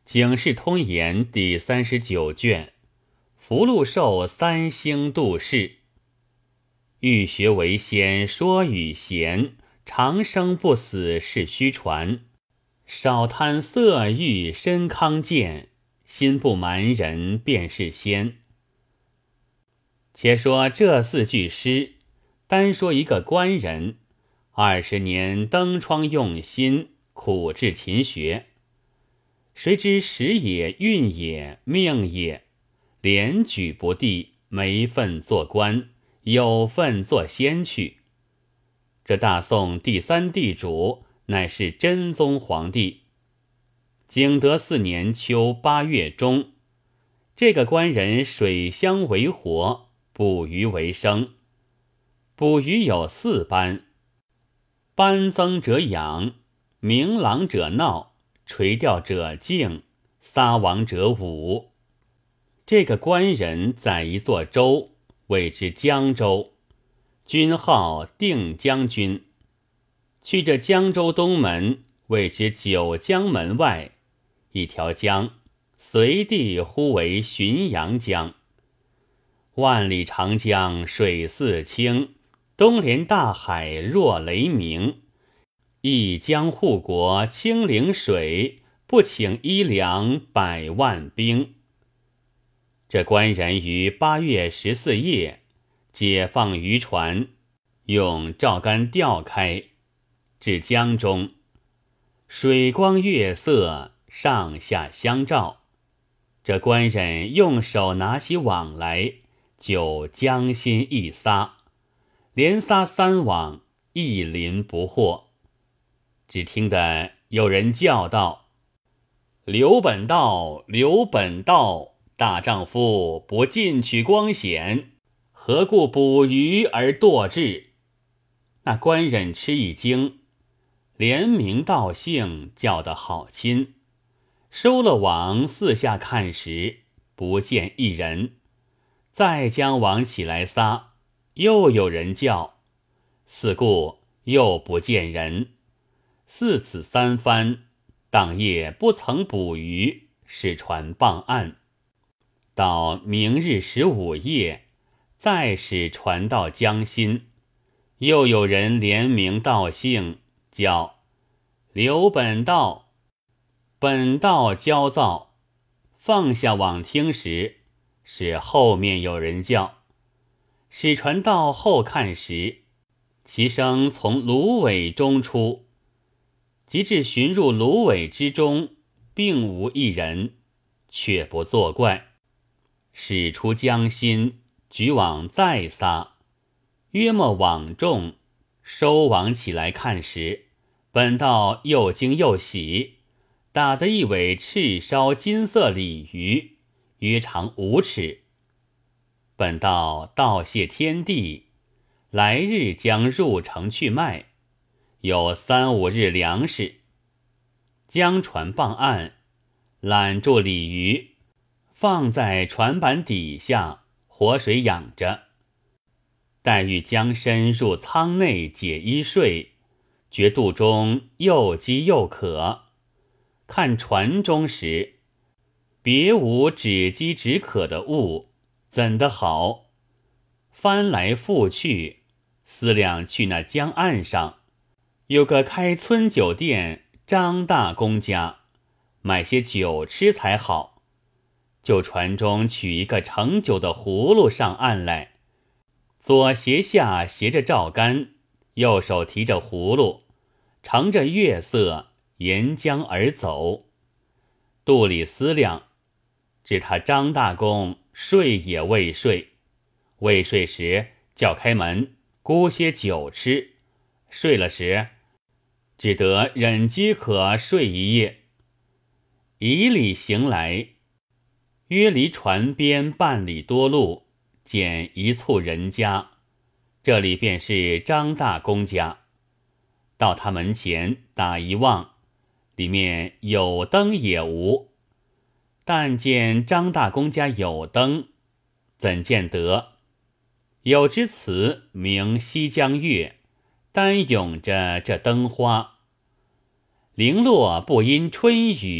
警世通言第39卷，福禄寿三星度世。欲学为先，说与贤，长生不死是虚传。少贪色欲身康健，心不瞒人便是仙。且说这4句诗，单说一个官人，20年登窗用心，苦志勤学。谁知时也运也命也，连举不第，没份做官，有份做仙去。这大宋第3地主乃是真宗皇帝。景德4年秋8月中，这个官人水乡为活，捕鱼为生。捕鱼有4班：班增者养，鸣朗者闹，垂钓者静，撒网者舞。这个官人载一座舟，谓之江州，军号定将军。去这江州东门，谓之九江门外，一条江，随地呼为浔阳江。万里长江水似清，东连大海若雷鸣。一江护国清陵水，不请衣粮100万兵。这官人于8月14夜解放渔船，用钓竿钓开，至江中，水光月色，上下相照。这官人用手拿起网来，就将心一撒，连撒3网，一鳞不获。只听得有人叫道：“刘本道，刘本道，大丈夫不进取光显，何故捕鱼而堕志？”那官人吃一惊，连名道姓，叫得好亲。收了网，四下看时，不见一人。再将网起来撒，又有人叫，四顾又不见人。4次3番，当夜不曾捕鱼，使船傍岸。到明日15夜，再使船到江心，又有人连名道姓，叫刘本道。本道焦躁，放下网听时，是后面有人叫。使船到后看时，其声从芦苇中出。及至寻入芦苇之中，并无一人，却不作怪。使出江心，举网再撒，约莫网中，收网起来看时，本道又惊又喜，打得一尾赤烧金色鲤鱼，约长5尺。本道道谢天地，来日将入城去卖，有3、5日粮食。将船傍岸，揽住鲤鱼，放在船板底下，活水养着。待欲将身入舱内解衣睡，觉肚中又饥又渴。看船中时，别无止饥止渴的物，怎的好？翻来覆去，思量去那江岸上，有个开村酒店张大公家，买些酒吃才好。就船中取一个盛酒的葫芦上岸来，左胁下携着罩竿，右手提着葫芦，乘着月色沿江而走。肚里思量，知他张大公睡也未睡，未睡时叫开门，咕些酒吃，睡了时只得忍饥渴睡一夜。1里行来，约离船边半里多路，见一簇人家，这里便是张大公家。到他门前打一望，里面有灯也无。但见张大公家有灯，怎见得？有只词名西江月，单咏着这灯花。零落不因春雨，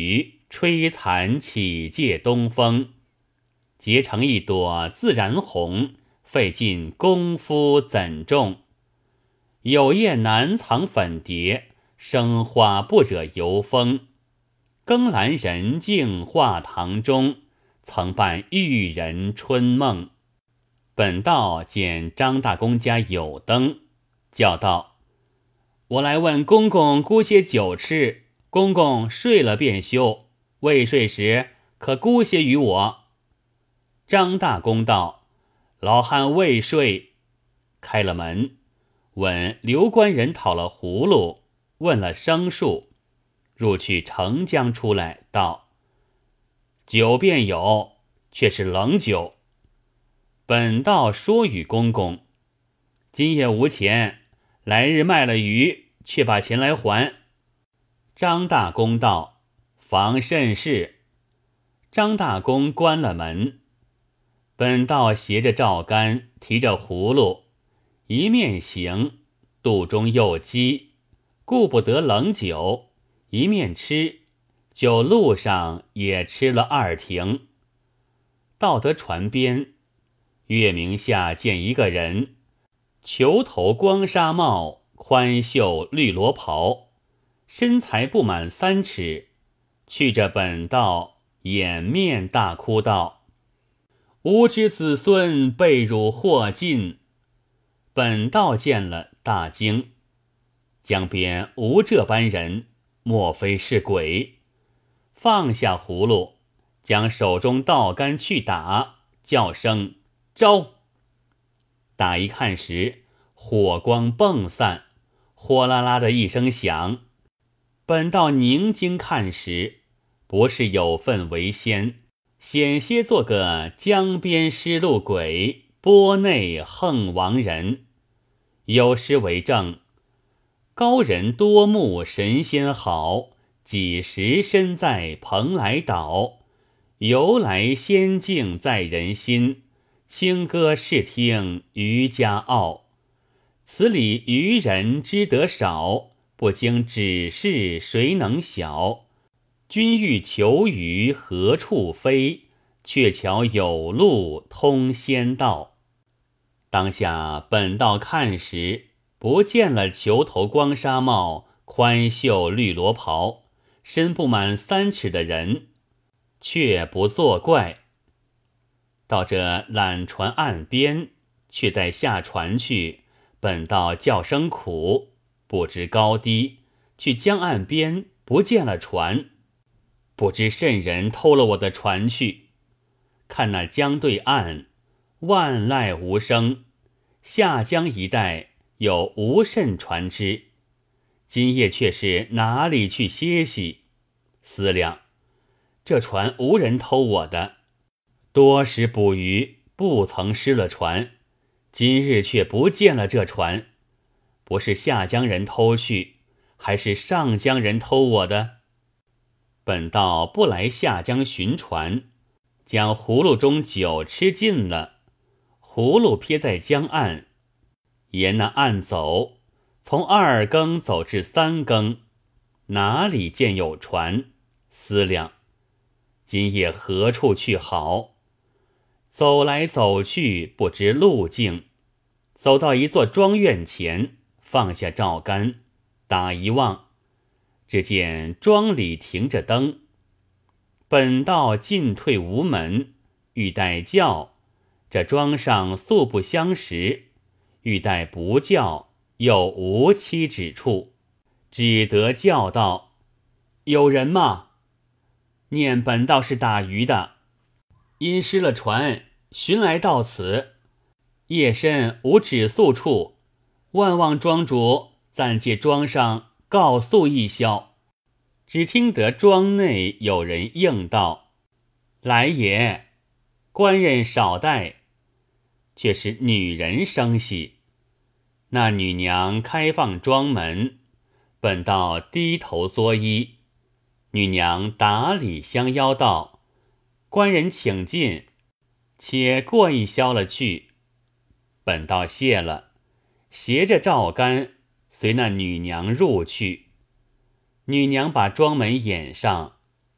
吹残起借东风，结成一朵自然红，费尽功夫怎种？有叶难藏粉蝶，生花不惹油风。更阑人静画堂中，曾伴玉人春梦。本道见张大公家有灯，叫道：我来问公公沽些酒吃，公公睡了便休，未睡时可沽些与我。张大公道：老汉未睡。开了门，问刘官人讨了葫芦，问了生数，入去盛浆出来，道：酒便有，却是冷酒。本道说与公公：今夜无钱，来日卖了鱼，却把钱来还。张大公道：防甚事。张大公关了门，本道携着赵干，提着葫芦，一面行，肚中又饥，顾不得冷酒，一面吃，就路上也吃了2亭。到得船边，月明下见一个人，虬头光纱帽，宽袖绿罗袍，身材不满3尺，去着本道，掩面大哭道：吾之子孙被辱祸尽。本道见了大惊，江边无这般人，莫非是鬼？放下葫芦，将手中稻竿去打，叫声招。打一看时，火光迸散，火啦啦的一声响。本道凝睛看时，不是有份为仙，险些做个江边失路鬼，波内横亡人。有诗为证：高人多慕神仙好，几时身在蓬莱岛？由来仙境在人心，清歌试听渔家傲。此里渔人知得少，不经指示谁能晓？君欲求鱼何处飞？鹊桥有路通仙道。当下本道看时，不见了虬头光纱帽，宽袖绿罗袍，身不满3尺的人，却不作怪。到这缆船岸边，却待下船去，本道叫声苦，不知高低，去江岸边不见了船，不知甚人偷了我的船去。看那江对岸，万籁无声，下江一带有无甚船只。今夜却是哪里去歇息？思量，这船无人偷我的，多时捕鱼不曾失了船，今日却不见了这船，不是下江人偷去，还是上江人偷我的？本道不来下江寻船，将葫芦中酒吃尽了，葫芦撇在江岸，沿那岸走，从2更走至3更，哪里见有船？思量，今夜何处去好？走来走去，不知路径，走到一座庄院前，放下照竿，打一望，只见庄里停着灯。本道进退无门，欲待叫，这庄上素不相识；欲待不叫，又无期指处，只得叫道：有人吗？念本道是打鱼的，因失了船，寻来到此，夜深无止宿处，万望庄主暂借庄上告诉一宵。只听得庄内有人应道：来也，官人少待。却是女人声息。那女娘开放庄门，本道低头作揖。女娘打礼相邀道：官人请进，且过一宵了去。本道谢了，携着照竿随那女娘入去。女娘把庄门掩上，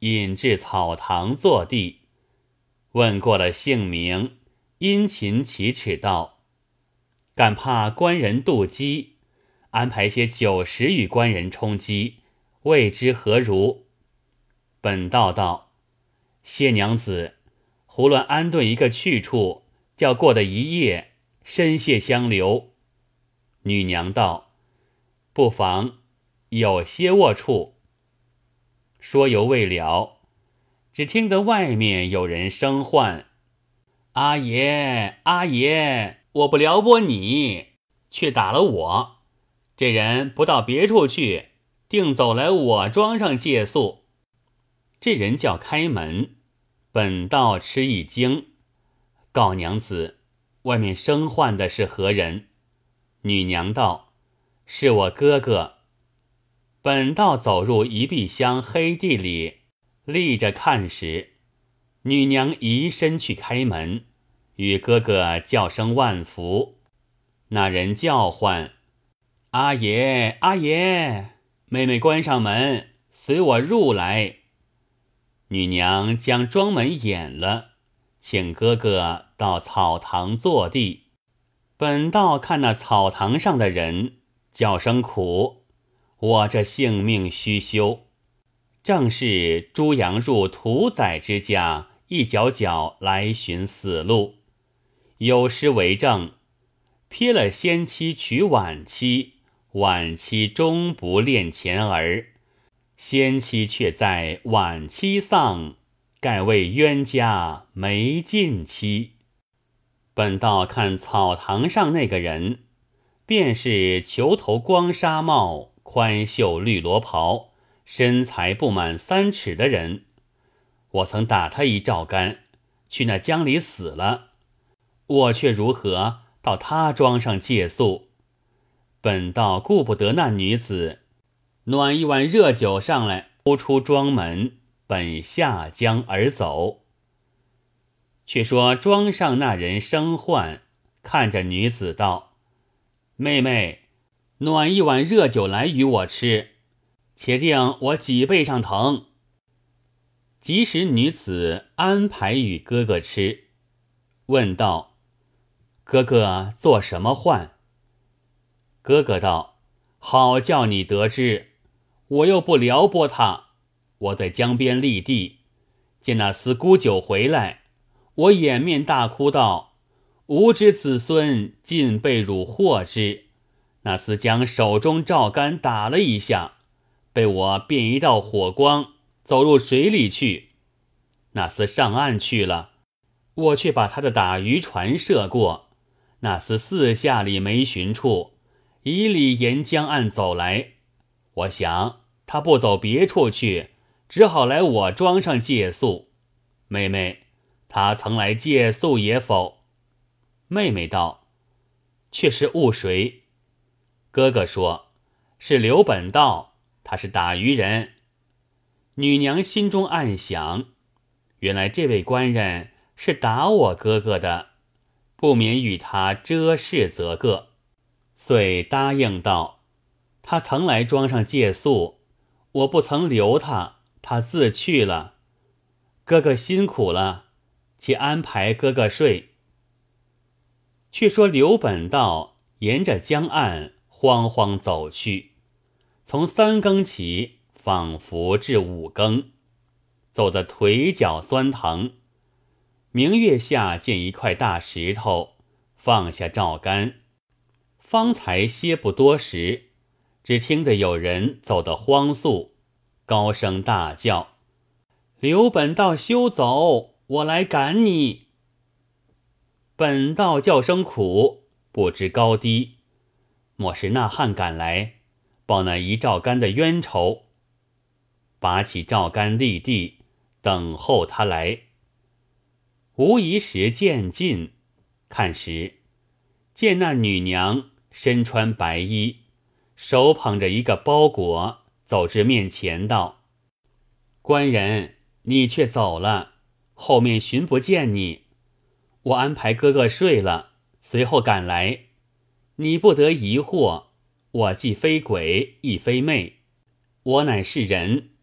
引至草堂坐地，问过了姓名，殷勤启齿道：敢怕官人妒机，安排些酒食与官人充饥，未知何如？本道道：谢娘子，胡乱安顿一个去处，叫过得一夜，深谢相留。女娘道：不妨，有歇卧处。说犹未了，只听得外面有人声唤：阿爷，阿爷，我不撩拨你，却打了我。这人不到别处去，定走来我庄上借宿。这人叫开门，本道吃一惊，告娘子，外面声唤的是何人？女娘道：是我哥哥。本道走入一壁厢黑地里，立着看时，女娘移身去开门，与哥哥叫声万福。那人叫唤：阿爷，阿爷，妹妹关上门，随我入来。女娘将庄门掩了，请哥哥到草堂坐地。本道看那草堂上的人，叫声苦，我这性命虚休。正是猪羊入屠宰之家，一脚脚来寻死路。有诗为证：撇了先妻娶晚妻，晚妻终不恋前儿。先妻却在晚妻丧，盖为冤家没近妻。本道看草堂上那个人，便是裘头光纱帽，宽袖绿罗袍，身材不满3尺的人。我曾打他一照竿，去那江里死了，我却如何到他庄上借宿？本道顾不得那女子，暖一碗热酒上来，扑出庄门，本下江而走。却说庄上那人声唤，看着女子道：妹妹，暖一碗热酒来与我吃，且定我脊背上疼。即时女子安排与哥哥吃，问道：哥哥做什么唤？哥哥道：好叫你得知，我又不撩拨他。我在江边立地，见那厮沽酒回来，我掩面大哭道：吾之子孙尽被汝获之。那厮将手中照竿打了一下，被我变一道火光，走入水里去。那厮上岸去了，我却把他的打渔船射过。那厮四下里没寻处，一里沿江岸走来。我想他不走别处去，只好来我庄上借宿。妹妹，他曾来借宿也否？妹妹道：却是误谁？哥哥说：是刘本道，他是打渔人。女娘心中暗想，原来这位官人是打我哥哥的，不免与他遮事则个，遂答应道：他曾来庄上借宿，我不曾留他，他自去了。哥哥辛苦了，且安排哥哥睡。却说刘本道沿着江岸慌慌走去，从3更起，仿佛至5更，走得腿脚酸疼。明月下见一块大石头，放下照竿，方才歇不多时，只听得有人走得慌速，高声大叫：刘本道休走，我来赶你。本道叫声苦，不知高低，莫是那汉赶来，报那一照竿的冤仇。拔起照竿立地，等候他来。无疑时渐近，看时，见那女娘身穿白衣，手捧着一个包裹，走至面前道：官人，你却走了，后面寻不见你。我安排哥哥睡了，随后赶来。你不得疑惑，我既非鬼亦非魅，我乃是人。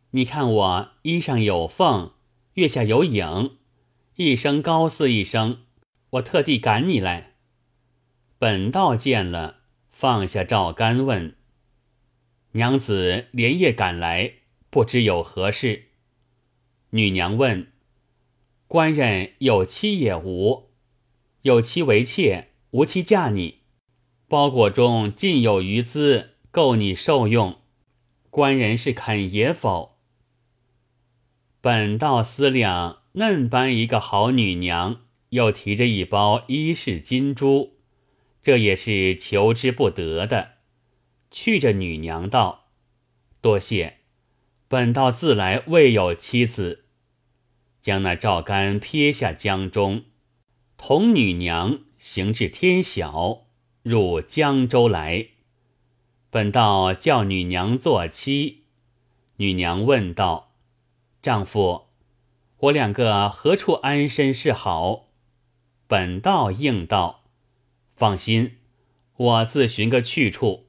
你看我衣上有缝，月下有影，一声高似一声，我特地赶你来。”本道见了，放下赵干问：“娘子连夜赶来，不知有何事？”女娘问：“官人有妻也无？有妻为妾，无妻嫁你。包裹中尽有余资，够你受用。官人是肯也否？”本道思量，嫩般一个好女娘，又提着一包衣饰金珠，这也是求之不得的。去着女娘道：“多谢，本道自来未有妻子。”将那赵干撇下江中，同女娘行至天晓，入江州来。本道叫女娘做妻。女娘问道：“丈夫，我两个何处安身是好？”本道应道：“放心，我自寻个去处。”